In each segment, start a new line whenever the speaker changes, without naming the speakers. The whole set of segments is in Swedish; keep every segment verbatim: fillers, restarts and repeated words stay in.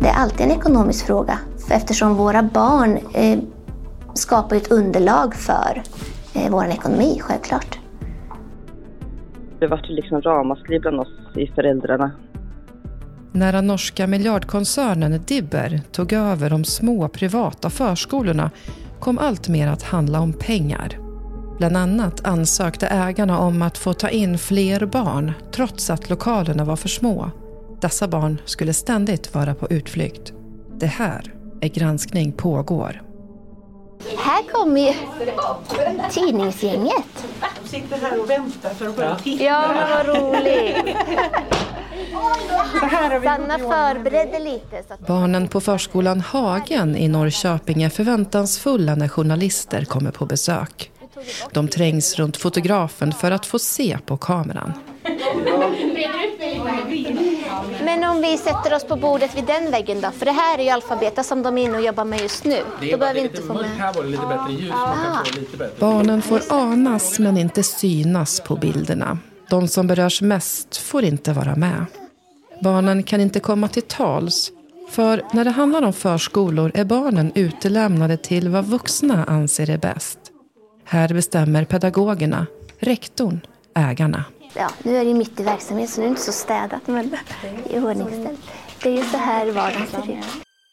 Det är alltid en ekonomisk fråga, eftersom våra barn eh, skapar ett underlag för eh, vår ekonomi, självklart.
Det var liksom ramaskri bland oss i föräldrarna.
När den norska miljardkoncernen Dibber tog över de små privata förskolorna kom allt mer att handla om pengar. Bland annat ansökte ägarna om att få ta in fler barn trots att lokalerna var för små. Dessa barn skulle ständigt vara på utflykt. Det här är Granskning pågår.
Här kommer ju tidningsgänget.
De sitter här och väntar för att börja titta.
Ja, men vad roligt. Sanna förberedde lite. Så att...
Barnen på förskolan Hagen i Norrköping är förväntansfulla när journalister kommer på besök. De trängs runt fotografen för att få se på kameran.
Men om vi sätter oss på bordet vid den väggen då? För det här är ju alfabetet som de är inne och jobbar med just nu.
Det
då behöver
vi
inte få med.
Här var det lite bättre ljus. Man kan få lite bättre.
Barnen får anas men inte synas på bilderna. De som berörs mest får inte vara med. Barnen kan inte komma till tals. För när det handlar om förskolor är barnen utelämnade till vad vuxna anser är bäst. Här bestämmer pedagogerna, rektorn, ägarna.
Ja, nu är det mitt i verksamhet så nu är det inte så städat, men i ordningsställt. Det är ju så här vardagen ser ut.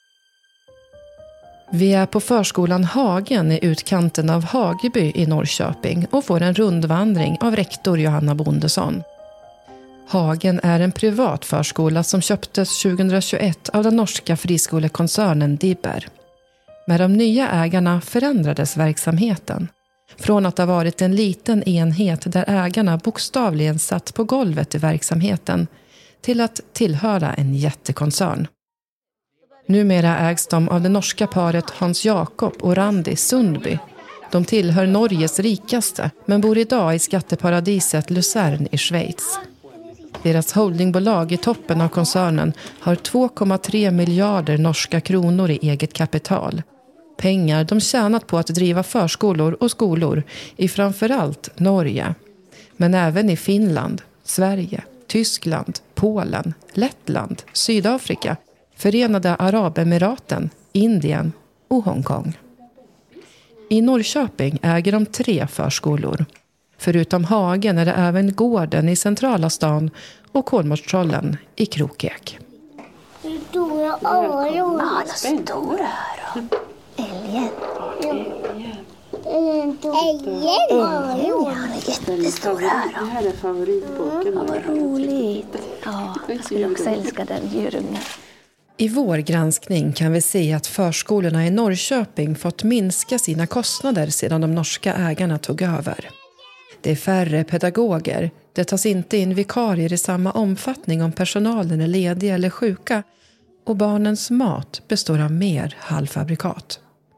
Vi är på förskolan Hagen i utkanten av Hageby i Norrköping och får en rundvandring av rektor Johanna Bondesson. Hagen är en privat förskola som köptes tjugohundratjugoett av den norska friskolekoncernen Dibber. Med de nya ägarna förändrades verksamheten. Från att ha varit en liten enhet där ägarna bokstavligen satt på golvet i verksamheten till att tillhöra en jättekoncern. Numera ägs de av det norska paret Hans Jakob och Randi Sundby. De tillhör Norges rikaste men bor idag i skatteparadiset Luzern i Schweiz. Deras holdingbolag i toppen av koncernen har två komma tre miljarder norska kronor i eget kapital. Pengar de tjänat på att driva förskolor och skolor i framförallt Norge. Men även i Finland, Sverige, Tyskland, Polen, Lettland, Sydafrika, Förenade Arabemiraten, Indien och Hongkong. I Norrköping äger de tre förskolor. Förutom Hagen är det även Gården i centrala stan och Kolmårdstrollen i Krokek.
Stora öron. Ja, stora öron. Älgen. Älgen. Ja, han är jättestora öron.
Det här är favoritboken.
Ja, vad roligt. Ja, jag skulle också älska den djurungen.
I vår granskning kan vi se att förskolorna i Norrköping fått minska sina kostnader sedan de norska ägarna tog över. Det är färre pedagoger, det tas inte in vikarier i samma omfattning om personalen är lediga eller sjuka och barnens mat består av mer halvfabrikat.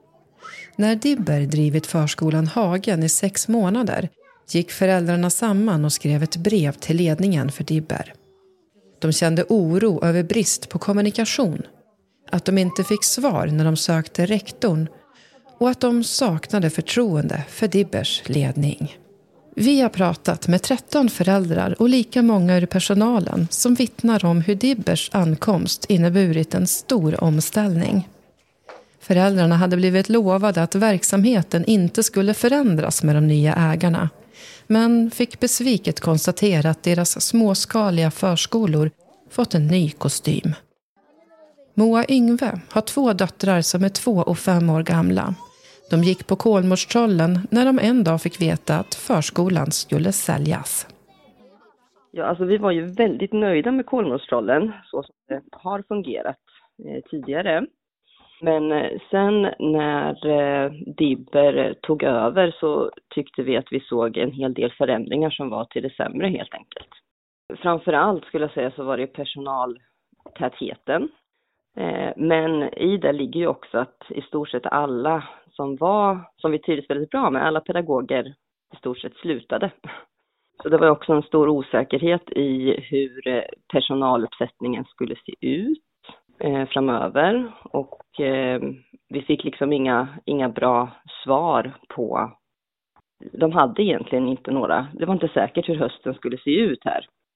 När Dibber drivit förskolan Hagen i sex månader gick föräldrarna samman och skrev ett brev till ledningen för Dibber. De kände oro över brist på kommunikation, att de inte fick svar när de sökte rektorn och att de saknade förtroende för Dibbers ledning. Vi har pratat med tretton föräldrar och lika många ur personalen som vittnar om hur Dibbers ankomst inneburit en stor omställning. Föräldrarna hade blivit lovade att verksamheten inte skulle förändras med de nya ägarna, men fick besviket konstatera att deras småskaliga förskolor fått en ny kostym. Moa Yngve har två döttrar som är två och fem år gamla. De gick på Kolmårdstrollen när de en dag fick veta att förskolan skulle säljas.
Ja, alltså vi var ju väldigt nöjda med Kolmårdstrollen så som det har fungerat eh, tidigare. Men eh, sen när eh, Dibber tog över så tyckte vi att vi såg en hel del förändringar som var till det sämre helt enkelt. Framförallt skulle jag säga så var det personaltätheten. Eh, men i det ligger ju också att i stort sett alla som var, som vi trivdes väldigt bra med, alla pedagoger i stort sett slutade. Så det var också en stor osäkerhet i hur personaluppsättningen skulle se ut eh, framöver. Och eh, vi fick liksom inga, inga bra svar på, de hade egentligen inte några, det var inte säkert hur hösten skulle se ut här.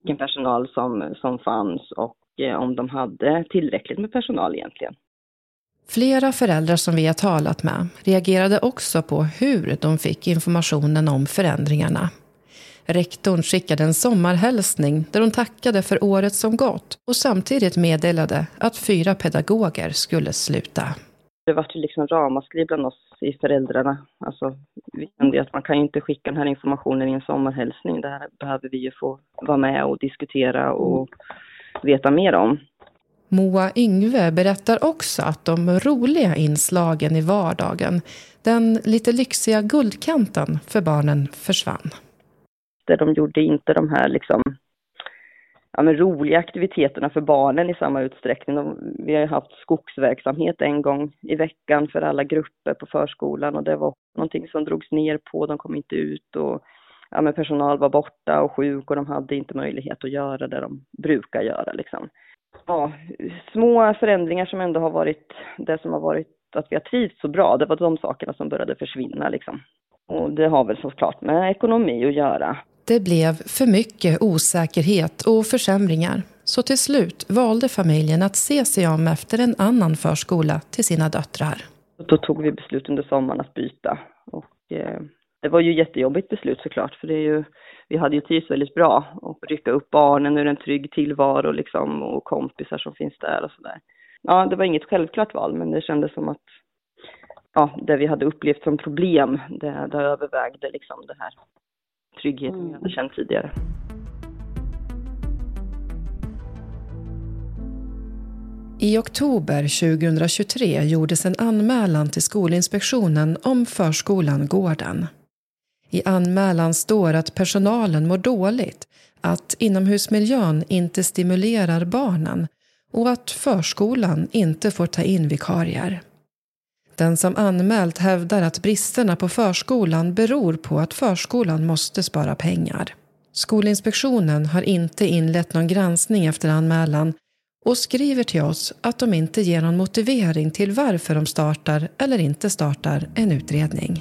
vilken personal som, som fanns och eh, om de hade tillräckligt med personal egentligen.
Flera föräldrar som vi har talat med reagerade också på hur de fick informationen om förändringarna. Rektorn skickade en sommarhälsning där hon tackade för året som gått och samtidigt meddelade att fyra pedagoger skulle sluta.
Det var ju liksom ramaskri bland oss i föräldrarna. Alltså, vi kände att man kan ju inte skicka den här informationen i en sommarhälsning. Det här behöver vi ju få vara med och diskutera och veta mer om.
Moa Yngve berättar också att de roliga inslagen i vardagen, den lite lyxiga guldkanten för barnen, försvann.
De gjorde inte de här liksom, ja, men roliga aktiviteterna för barnen i samma utsträckning. De, vi har ju haft skogsverksamhet en gång i veckan för alla grupper på förskolan och det var någonting som drogs ner på. De kom inte ut och ja, men personal var borta och sjuk och de hade inte möjlighet att göra det de brukar göra. Liksom. Ja, små förändringar som ändå har varit det som har varit att vi har trivts så bra. Det var de sakerna som började försvinna liksom. Och det har väl såklart med ekonomi att göra.
Det blev för mycket osäkerhet och försämringar. Så till slut valde familjen att se sig om efter en annan förskola till sina döttrar.
Då tog vi beslut under sommaren att byta. Och eh, det var ju jättejobbigt beslut såklart. För det är ju, vi hade ju trivts väldigt bra. Och rycka upp barnen ur en trygg tillvaro liksom, och kompisar som finns där och sådär. Ja, det var inget självklart val men det kändes som att ja, det vi hade upplevt som problem, det, det övervägde liksom det här tryggheten mm. vi hade känt tidigare.
I oktober tjugohundratjugotre gjordes en anmälan till Skolinspektionen om förskolan Gården. I anmälan står att personalen mår dåligt, att inomhusmiljön inte stimulerar barnen och att förskolan inte får ta in vikarier. Den som anmält hävdar att bristerna på förskolan beror på att förskolan måste spara pengar. Skolinspektionen har inte inlett någon granskning efter anmälan och skriver till oss att de inte ger någon motivering till varför de startar eller inte startar en utredning.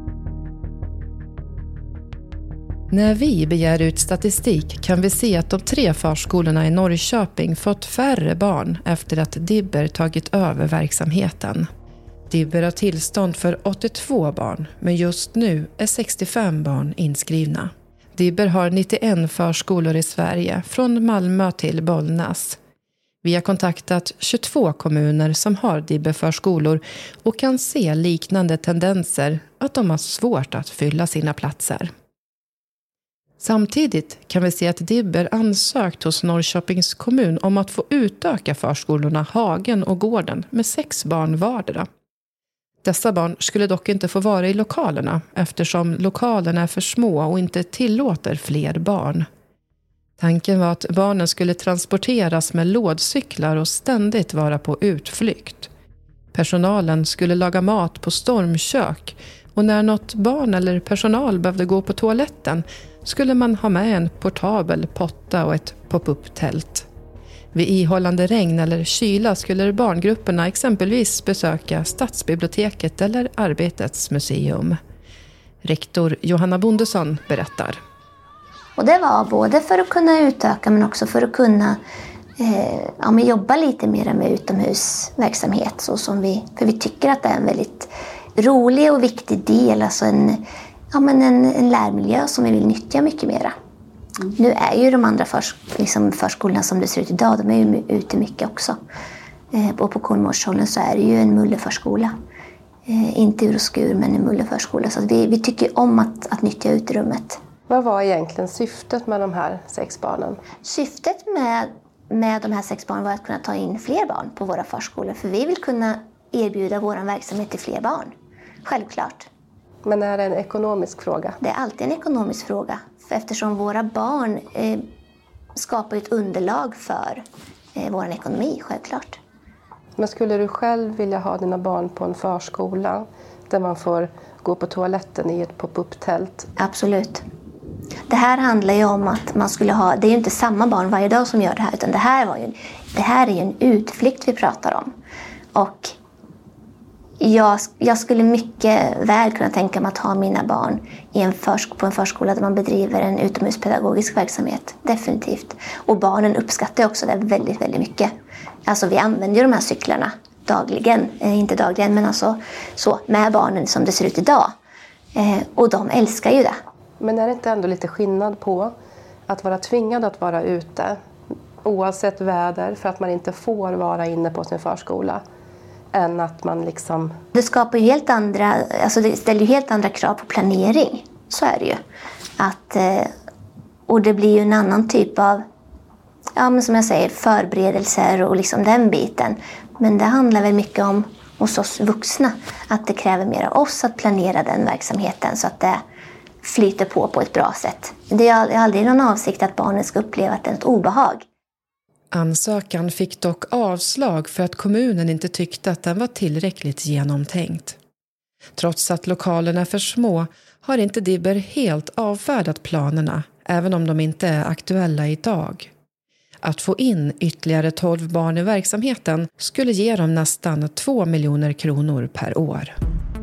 När vi begär ut statistik kan vi se att de tre förskolorna i Norrköping fått färre barn efter att Dibber tagit över verksamheten. Dibber har tillstånd för åttiotvå barn, men just nu är sextiofem barn inskrivna. Dibber har nittioen förskolor i Sverige, från Malmö till Bollnäs. Vi har kontaktat tjugotvå kommuner som har Dibber-förskolor och kan se liknande tendenser att de har svårt att fylla sina platser. Samtidigt kan vi se att Dibber ansökt hos Norrköpings kommun om att få utöka förskolorna Hagen och Gården med sex barn vardera. Dessa barn skulle dock inte få vara i lokalerna eftersom lokalerna är för små och inte tillåter fler barn. Tanken var att barnen skulle transporteras med lådcyklar och ständigt vara på utflykt. Personalen skulle laga mat på stormkök och när något barn eller personal behövde gå på toaletten skulle man ha med en portabel potta och ett pop-up-tält. Vid ihållande regn eller kyla skulle barngrupperna exempelvis besöka Stadsbiblioteket eller Arbetets museum. Rektor Johanna Bondesson berättar.
Och det var både för att kunna utöka men också för att kunna eh, ja, men jobba lite mer med utomhusverksamhet. Så som vi, för vi tycker att det är en väldigt rolig och viktig del, alltså en, ja, men en, en lärmiljö som vi vill nyttja mycket mera. Mm. Nu är ju de andra förs, liksom förskolorna som det ser ut idag, de är ju ute mycket också. Eh, och på Kolmårdsholmen så är det ju en mulleförskola. Eh, inte ur och skur men en mulleförskola. Så vi, vi tycker om att, att nyttja uterummet.
Vad var egentligen syftet med de här sex barnen?
Syftet med, med de här sex barnen var att kunna ta in fler barn på våra förskolor. För vi vill kunna erbjuda vår verksamhet till fler barn. Självklart.
Men är det en ekonomisk fråga?
Det är alltid en ekonomisk fråga. För eftersom våra barn eh, skapar ett underlag för eh, vår ekonomi, självklart.
Men skulle du själv vilja ha dina barn på en förskola där man får gå på toaletten i ett pop-up-tält?
Absolut. Det här handlar ju om att man skulle ha, det är ju inte samma barn varje dag som gör det här, utan det här, var ju, det här är ju en utflykt vi pratar om. Och Jag, jag skulle mycket väl kunna tänka mig att ha mina barn i en försk- på en förskola där man bedriver en utomhuspedagogisk verksamhet. Definitivt. Och barnen uppskattar också det väldigt, väldigt mycket. Alltså vi använder ju de här cyklarna dagligen. Eh, inte dagligen, men alltså så med barnen som det ser ut idag. Eh, och de älskar ju det.
Men är det inte ändå lite skillnad på att vara tvingad att vara ute oavsett väder för att man inte får vara inne på sin förskola? Än att man liksom...
Det skapar ju helt andra, alltså det ställer ju helt andra krav på planering. Så är det ju. Att, och det blir ju en annan typ av, ja men som jag säger, förberedelser och liksom den biten. Men det handlar väl mycket om hos oss vuxna. Att det kräver mer av oss att planera den verksamheten så att det flyter på på ett bra sätt. Det är aldrig någon avsikt att barnen ska uppleva att det är ett obehag.
Ansökan fick dock avslag för att kommunen inte tyckte att den var tillräckligt genomtänkt. Trots att lokalerna är för små har inte Dibber helt avfärdat planerna, även om de inte är aktuella idag. Att få in ytterligare tolv barn i verksamheten skulle ge dem nästan två miljoner kronor per år.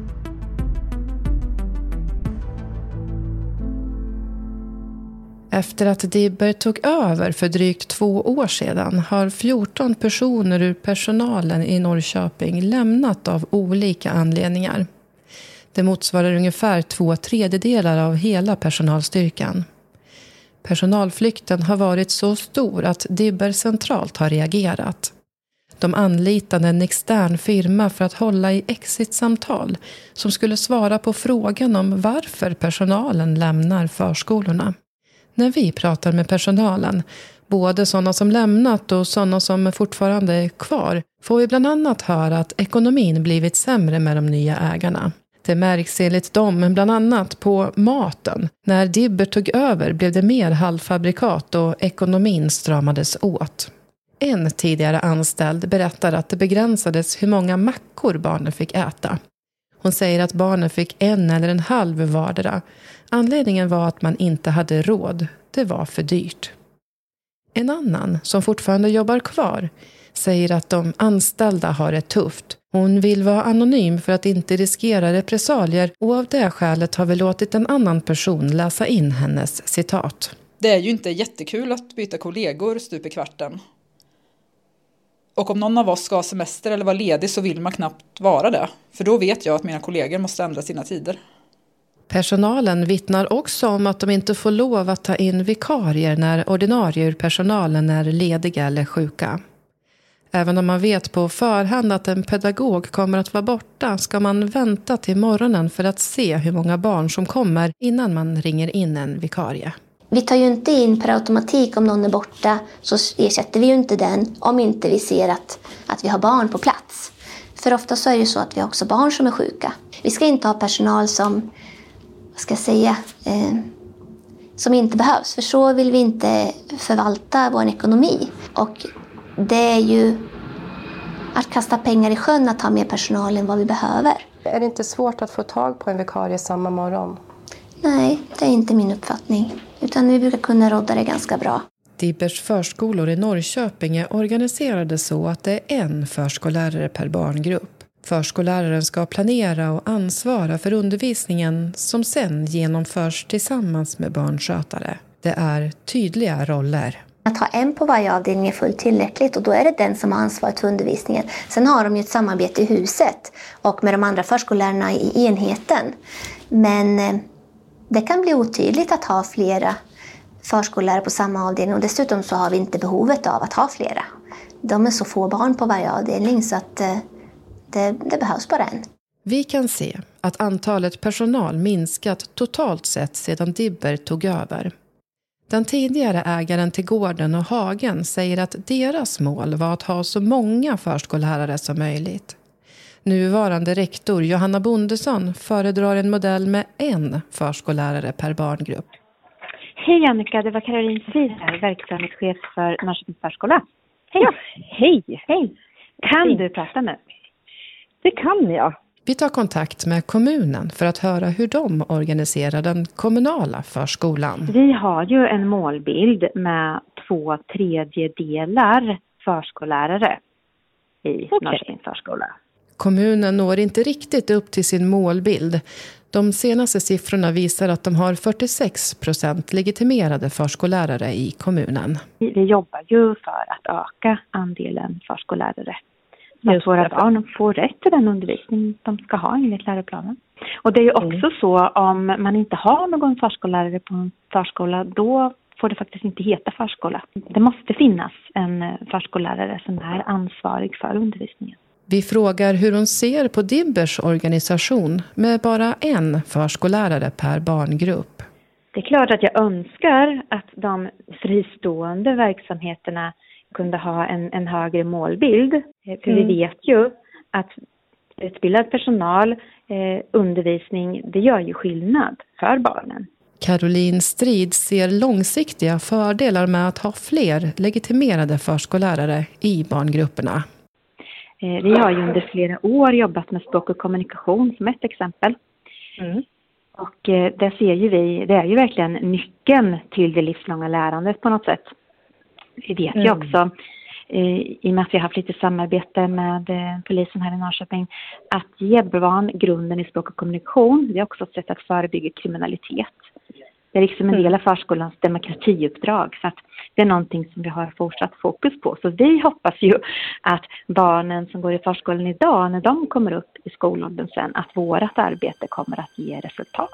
Efter att Dibber tog över för drygt två år sedan har fjorton personer ur personalen i Norrköping lämnat av olika anledningar. Det motsvarar ungefär två tredjedelar av hela personalstyrkan. Personalflykten har varit så stor att Dibber centralt har reagerat. De anlitade en extern firma för att hålla i exitsamtal som skulle svara på frågan om varför personalen lämnar förskolorna. När vi pratar med personalen, både sådana som lämnat och sådana som fortfarande är kvar, får vi bland annat höra att ekonomin blivit sämre med de nya ägarna. Det märks enligt dem bland annat på maten. När Dibber tog över blev det mer halvfabrikat och ekonomin stramades åt. En tidigare anställd berättar att det begränsades hur många mackor barnen fick äta. Hon säger att barnen fick en eller en halv vardera. Anledningen var att man inte hade råd. Det var för dyrt. En annan, som fortfarande jobbar kvar, säger att de anställda har det tufft. Hon vill vara anonym för att inte riskera repressalier och av det skälet har vi låtit en annan person läsa in hennes citat.
Det är ju inte jättekul att byta kollegor stup i kvarten. Och om någon av oss ska ha semester eller vara ledig så vill man knappt vara det. För då vet jag att mina kollegor måste ändra sina tider.
Personalen vittnar också om att de inte får lov att ta in vikarier när ordinarie ur personalen är lediga eller sjuka. Även om man vet på förhand att en pedagog kommer att vara borta ska man vänta till morgonen för att se hur många barn som kommer innan man ringer in en vikarie.
Vi tar ju inte in per automatik om någon är borta, så ersätter vi ju inte den om inte vi ser att, att vi har barn på plats. För ofta så är det ju så att vi har också barn som är sjuka. Vi ska inte ha personal som, vad ska jag säga, eh, som inte behövs. För så vill vi inte förvalta vår ekonomi. Och det är ju att kasta pengar i sjön att ha mer personal än vad vi behöver.
Är det inte svårt att få tag på en vikarie samma morgon?
Nej, det är inte min uppfattning. Utan vi brukar kunna rodda det ganska bra.
Dibbers förskolor i Norrköping är organiserade så att det är en förskollärare per barngrupp. Förskolläraren ska planera och ansvara för undervisningen som sen genomförs tillsammans med barnskötare. Det är tydliga roller.
Att ha en på varje avdelning är fullt tillräckligt och då är det den som har ansvaret för undervisningen. Sen har de ju ett samarbete i huset och med de andra förskollärarna i enheten. Men det kan bli otydligt att ha flera förskollärare på samma avdelning och dessutom så har vi inte behovet av att ha flera. De är så få barn på varje avdelning så att det, det behövs bara en.
Vi kan se att antalet personal minskat totalt sett sedan Dibber tog över. Den tidigare ägaren till gården och hagen säger att deras mål var att ha så många förskollärare som möjligt. Nuvarande rektor Johanna Bondesson föredrar en modell med en förskollärare per barngrupp.
Hej Annika, det var Caroline Frid här, verksamhetschef för Norrköpings förskola. Hej!
Ja, hej!
Hej! Kan du prata med?
Det kan jag.
Vi tar kontakt med kommunen för att höra hur de organiserar den kommunala förskolan.
Vi har ju en målbild med två tredjedelar förskollärare i okay. Norrköpings förskola.
Kommunen når inte riktigt upp till sin målbild. De senaste siffrorna visar att de har fyrtiosex procent legitimerade förskollärare i kommunen.
Vi jobbar ju för att öka andelen förskollärare. Så att våra barn får rätt till den undervisning de ska ha enligt läroplanen. Och det är ju också mm. så om man inte har någon förskollärare på en förskola, då får det faktiskt inte heta förskola. Det måste finnas en förskollärare som är ansvarig för undervisningen.
Vi frågar hur hon ser på Dibbers organisation med bara en förskollärare per barngrupp.
Det är klart att jag önskar att de fristående verksamheterna kunde ha en, en högre målbild. För mm. vi vet ju att utbildad personal, eh, undervisning, det gör ju skillnad för barnen.
Caroline Strid ser långsiktiga fördelar med att ha fler legitimerade förskollärare i barngrupperna.
Eh, vi har ju under flera år jobbat med språk och kommunikation som ett exempel. Mm. Och eh, där ser ju vi, det är ju verkligen nyckeln till det livslånga lärandet på något sätt. Vi vet mm. ju också, eh, i och med att vi har haft lite samarbete med eh, polisen här i Norrköping, att ge barn grunden i språk och kommunikation, det är också ett sätt att förebygga kriminalitet. Det är liksom en del av förskolans demokratiuppdrag, så att det är någonting som vi har fortsatt fokus på. Så vi hoppas ju att barnen som går i förskolan idag, när de kommer upp i skolåldern sen, att vårt arbete kommer att ge resultat.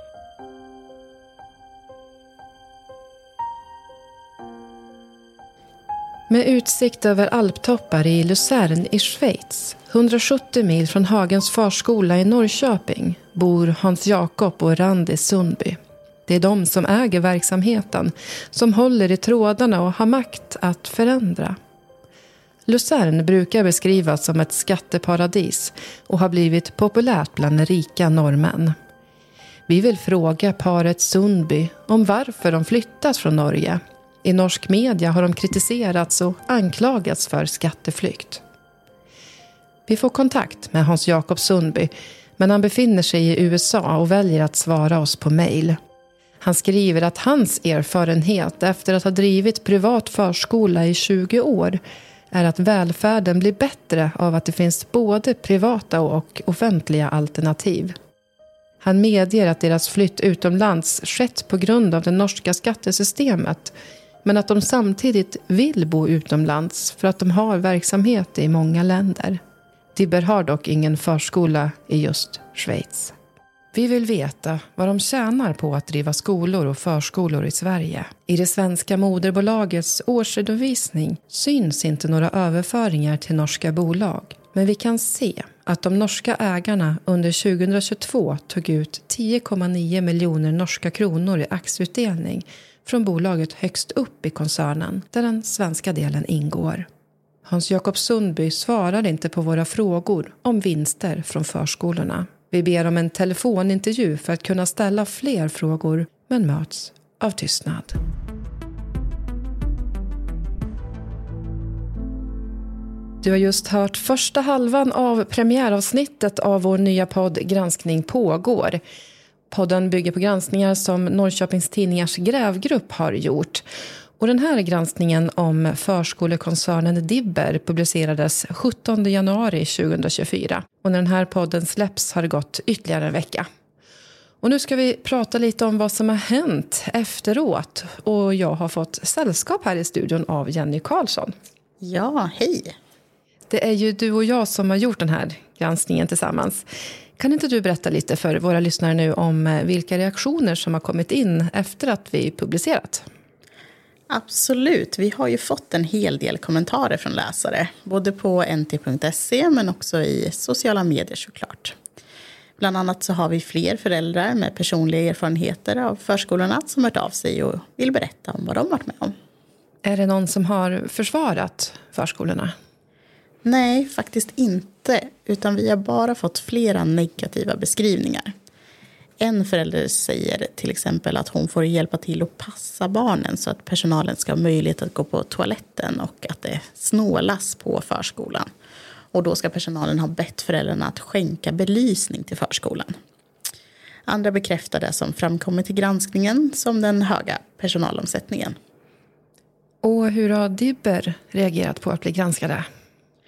Med utsikt över alptoppar i Luzern i Schweiz, hundrasjuttio mil från Hagens förskola i Norrköping, bor Hans Jakob och Randi Sundby. Det är de som äger verksamheten, som håller i trådarna och har makt att förändra. Luzern brukar beskrivas som ett skatteparadis och har blivit populärt bland rika norrmän. Vi vill fråga paret Sundby om varför de flyttat från Norge. I norsk media har de kritiserats och anklagats för skatteflykt. Vi får kontakt med Hans Jakob Sundby, men han befinner sig i U S A och väljer att svara oss på mejl. Han skriver att hans erfarenhet efter att ha drivit privat förskola i tjugo år är att välfärden blir bättre av att det finns både privata och offentliga alternativ. Han medger att deras flytt utomlands skett på grund av det norska skattesystemet, men att de samtidigt vill bo utomlands för att de har verksamhet i många länder. Dibber har dock ingen förskola i just Schweiz. Vi vill veta vad de tjänar på att driva skolor och förskolor i Sverige. I det svenska moderbolagets årsredovisning syns inte några överföringar till norska bolag. Men vi kan se att de norska ägarna under tjugohundratjugotvå tog ut tio komma nio miljoner norska kronor i aktieutdelning från bolaget högst upp i koncernen, där den svenska delen ingår. Hans Jakob Sundby svarar inte på våra frågor om vinster från förskolorna. Vi ber om en telefonintervju för att kunna ställa fler frågor, men möts av tystnad. Du har just hört första halvan av premiäravsnittet av vår nya podd Granskning pågår. Podden bygger på granskningar som Norrköpings Tidningars grävgrupp har gjort. Och den här granskningen om förskolekoncernen Dibber publicerades sjuttonde januari tjugohundratjugofyra. Och när den här podden släpps har det gått ytterligare en vecka. Och nu ska vi prata lite om vad som har hänt efteråt. Och jag har fått sällskap här i studion av Jenny Karlsson.
Ja, hej!
Det är ju du och jag som har gjort den här granskningen tillsammans. Kan inte du berätta lite för våra lyssnare nu om vilka reaktioner som har kommit in efter att vi publicerat?
Absolut, vi har ju fått en hel del kommentarer från läsare. Både på n t punkt se men också i sociala medier såklart. Bland annat så har vi fler föräldrar med personliga erfarenheter av förskolorna som hört av sig och vill berätta om vad de varit med om.
Är det någon som har försvarat förskolorna?
Nej, faktiskt inte. Utan vi har bara fått flera negativa beskrivningar. En förälder säger till exempel att hon får hjälpa till att passa barnen så att personalen ska ha möjlighet att gå på toaletten och att det snålas på förskolan. Och då ska personalen ha bett föräldrarna att skänka belysning till förskolan. Andra bekräftar det som framkommit i granskningen som den höga personalomsättningen.
Och hur har Dibber reagerat på att bli granskade?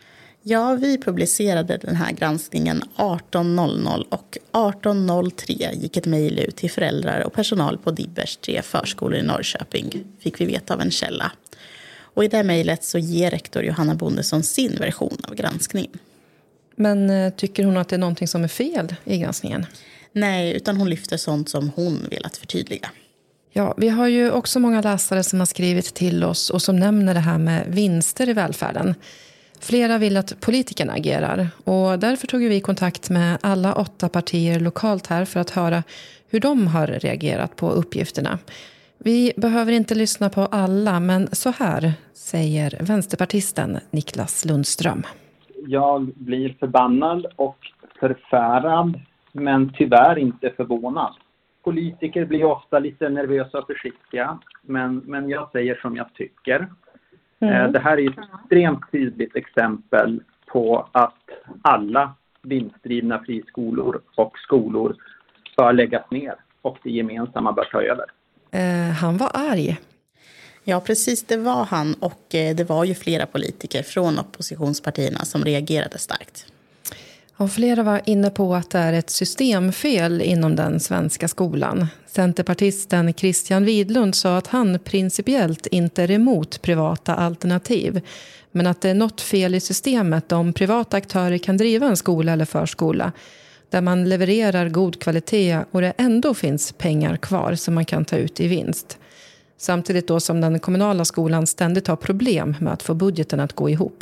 Ja, vi publicerade den här granskningen arton noll noll och arton noll tre gick ett mejl ut till föräldrar och personal på Dibbers tre förskolor i Norrköping, fick vi veta av en källa. Och i det mejlet så ger rektor Johanna Bondesson sin version av granskningen.
Men eh, tycker hon att det är någonting som är fel i granskningen?
Nej, utan hon lyfter sånt som hon velat förtydliga.
Ja, vi har ju också många läsare som har skrivit till oss och som nämner det här med vinster i välfärden. Flera vill att politikerna agerar och därför tog vi kontakt med alla åtta partier lokalt här för att höra hur de har reagerat på uppgifterna. Vi behöver inte lyssna på alla, men så här säger vänsterpartisten Niklas Lundström.
Jag blir förbannad och förfärad, men tyvärr inte förvånad. Politiker blir ofta lite nervösa och försiktiga, men, men jag säger som jag tycker. Mm. Det här är ett extremt tydligt exempel på att alla vinstdrivna friskolor och skolor bör läggas ner och det gemensamma bör ta över.
Eh, han var arg.
Ja, precis, det var han och det var ju flera politiker från oppositionspartierna som reagerade starkt.
Och flera var inne på att det är ett systemfel inom den svenska skolan. Centerpartisten Christian Widlund sa att han principiellt inte är emot privata alternativ. Men att det är något fel i systemet om privata aktörer kan driva en skola eller förskola. Där man levererar god kvalitet och det ändå finns pengar kvar som man kan ta ut i vinst. Samtidigt då som den kommunala skolan ständigt har problem med att få budgeten att gå ihop.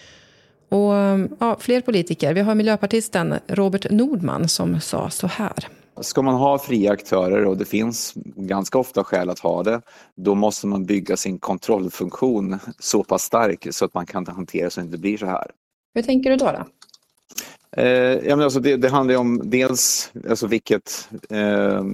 Och ja, fler politiker. Vi har miljöpartisten Robert Nordman som sa så här.
Ska man ha fria aktörer, och det finns ganska ofta skäl att ha det, då måste man bygga sin kontrollfunktion så pass stark så att man kan hantera så att det inte blir så här.
Hur tänker du då då?
Eh, ja, men alltså det, det handlar om dels alltså vilket... Eh,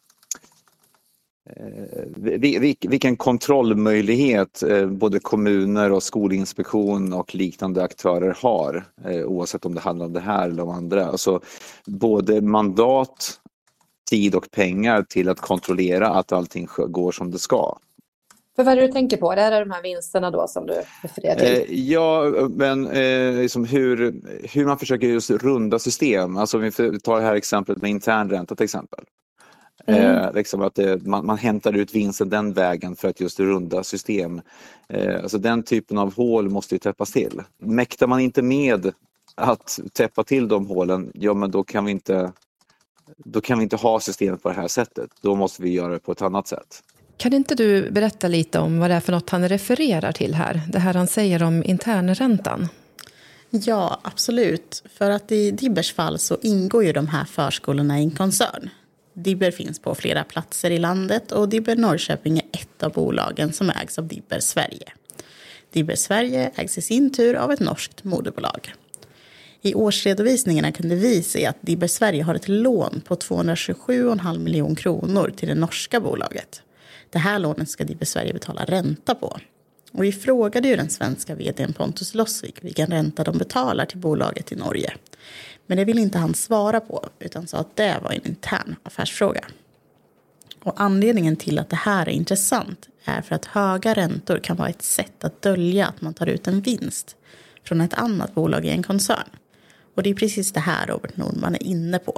vilken kontrollmöjlighet både kommuner och skolinspektion och liknande aktörer har, oavsett om det handlar om det här eller om andra. Alltså både mandat, tid och pengar till att kontrollera att allting går som det ska.
För vad är det du tänker på? Det är de här vinsterna då som du refererar till?
Ja, men eh, liksom hur, hur man försöker just runda system. Alltså om vi tar det här exemplet med internränta till exempel. Mm. Eh, liksom att det, man, man hämtar ut vinsten den vägen för att just runda system. Eh, alltså den typen av hål måste ju täppas till. Mäktar man inte med att täppa till de hålen, ja men då kan vi inte, då kan vi inte ha systemet på det här sättet. Då måste vi göra det på ett annat sätt.
Kan inte du berätta lite om vad det är för något han refererar till här? Det här han säger om internräntan.
Ja, absolut. För att i Dibbers fall så ingår ju de här förskolorna i en koncern. Dibber finns på flera platser i landet och Dibber Norrköping är ett av bolagen som ägs av Dibber Sverige. Dibber Sverige ägs i sin tur av ett norskt moderbolag. I årsredovisningarna kunde vi se att Dibber Sverige har ett lån på tvåhundratjugosju komma fem miljoner kronor till det norska bolaget. Det här lånet ska Dibber Sverige betala ränta på. Och vi frågade ju den svenska vdn Pontus Lossvik vilken ränta de betalar till bolaget i Norge. Men det vill inte han svara på utan sa att det var en intern affärsfråga. Och anledningen till att det här är intressant är för att höga räntor kan vara ett sätt att dölja att man tar ut en vinst från ett annat bolag i en koncern. Och det är precis det här Robert Nordman är inne på.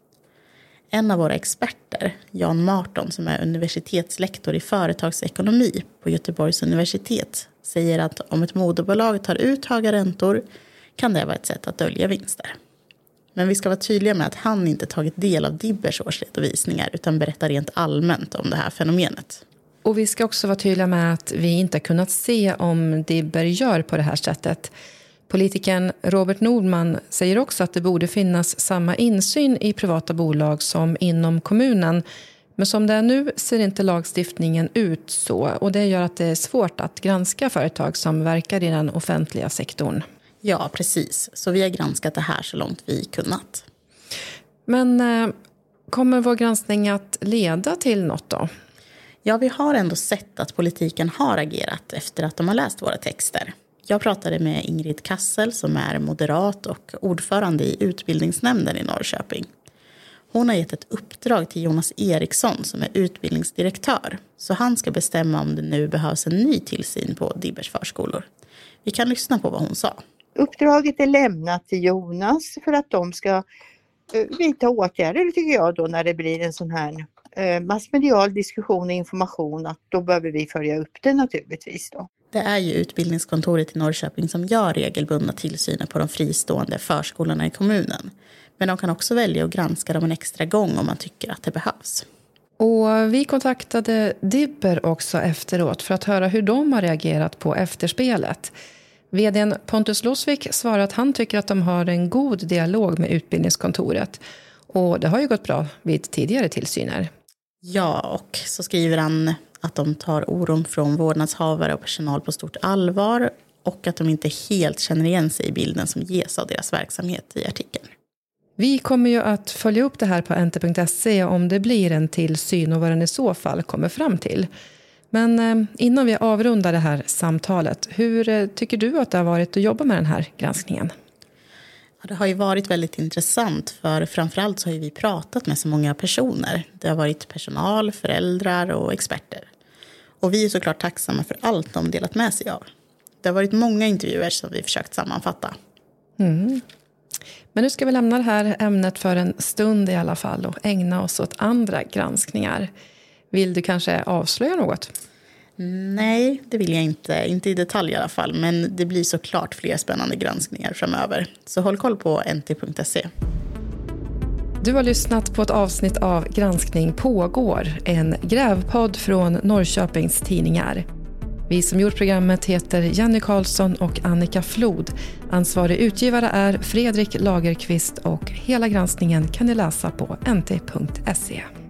En av våra experter, Jan Marton, som är universitetslektor i företagsekonomi på Göteborgs universitet, säger att om ett moderbolag tar ut höga räntor kan det vara ett sätt att dölja vinster. Men vi ska vara tydliga med att han inte tagit del av Dibbers årsredovisningar utan berättar rent allmänt om det här fenomenet.
Och vi ska också vara tydliga med att vi inte har kunnat se om Dibber gör på det här sättet. Politikern Robert Nordman säger också att det borde finnas samma insyn i privata bolag som inom kommunen. Men som det är nu ser inte lagstiftningen ut så och det gör att det är svårt att granska företag som verkar i den offentliga sektorn.
Ja, precis. Så vi har granskat det här så långt vi kunnat.
Men eh, kommer vår granskning att leda till något då?
Ja, vi har ändå sett att politiken har agerat efter att de har läst våra texter. Jag pratade med Ingrid Kassel som är moderat och ordförande i utbildningsnämnden i Norrköping. Hon har gett ett uppdrag till Jonas Eriksson som är utbildningsdirektör. Så han ska bestämma om det nu behövs en ny tillsyn på Dibbers förskolor. Vi kan lyssna på vad hon sa.
uppdraget är lämnat till Jonas för att de ska uh, vidta åtgärder, tycker jag, då när det blir en sån här uh, massmedial diskussion och information, att då behöver vi följa upp det naturligtvis då.
Det är ju utbildningskontoret i Norrköping som gör regelbundna tillsyner på de fristående förskolorna i kommunen. Men de kan också välja att granska dem en extra gång om man tycker att det behövs.
Och vi kontaktade Dibber också efteråt för att höra hur de har reagerat på efterspelet. Vdn Pontus Losvik svarar att han tycker att de har en god dialog med utbildningskontoret. Och det har ju gått bra vid tidigare tillsyner.
Ja, och så skriver han att de tar oron från vårdnadshavare och personal på stort allvar. Och att de inte helt känner igen sig i bilden som ges av deras verksamhet i artikeln.
Vi kommer ju att följa upp det här på nt punkt se om det blir en tillsyn och vad den i så fall kommer fram till. Men innan vi avrundar det här samtalet, hur tycker du att det har varit att jobba med den här granskningen?
Ja, det har ju varit väldigt intressant, för framförallt så har vi pratat med så många personer. Det har varit personal, föräldrar och experter. Och vi är såklart tacksamma för allt de delat med sig av. Det har varit många intervjuer som vi försökt sammanfatta.
Mm. Men nu ska vi lämna det här ämnet för en stund i alla fall och ägna oss åt andra granskningar. Vill du kanske avslöja något?
Nej, det vill jag inte. Inte i detalj i alla fall. Men det blir såklart fler spännande granskningar framöver. Så håll koll på nt punkt se.
Du har lyssnat på ett avsnitt av Granskning pågår. En grävpodd från Norrköpings tidningar. Vi som gjort programmet heter Jenny Karlsson och Annika Flod. Ansvarig utgivare är Fredrik Lagerqvist och hela granskningen kan ni läsa på nt punkt se.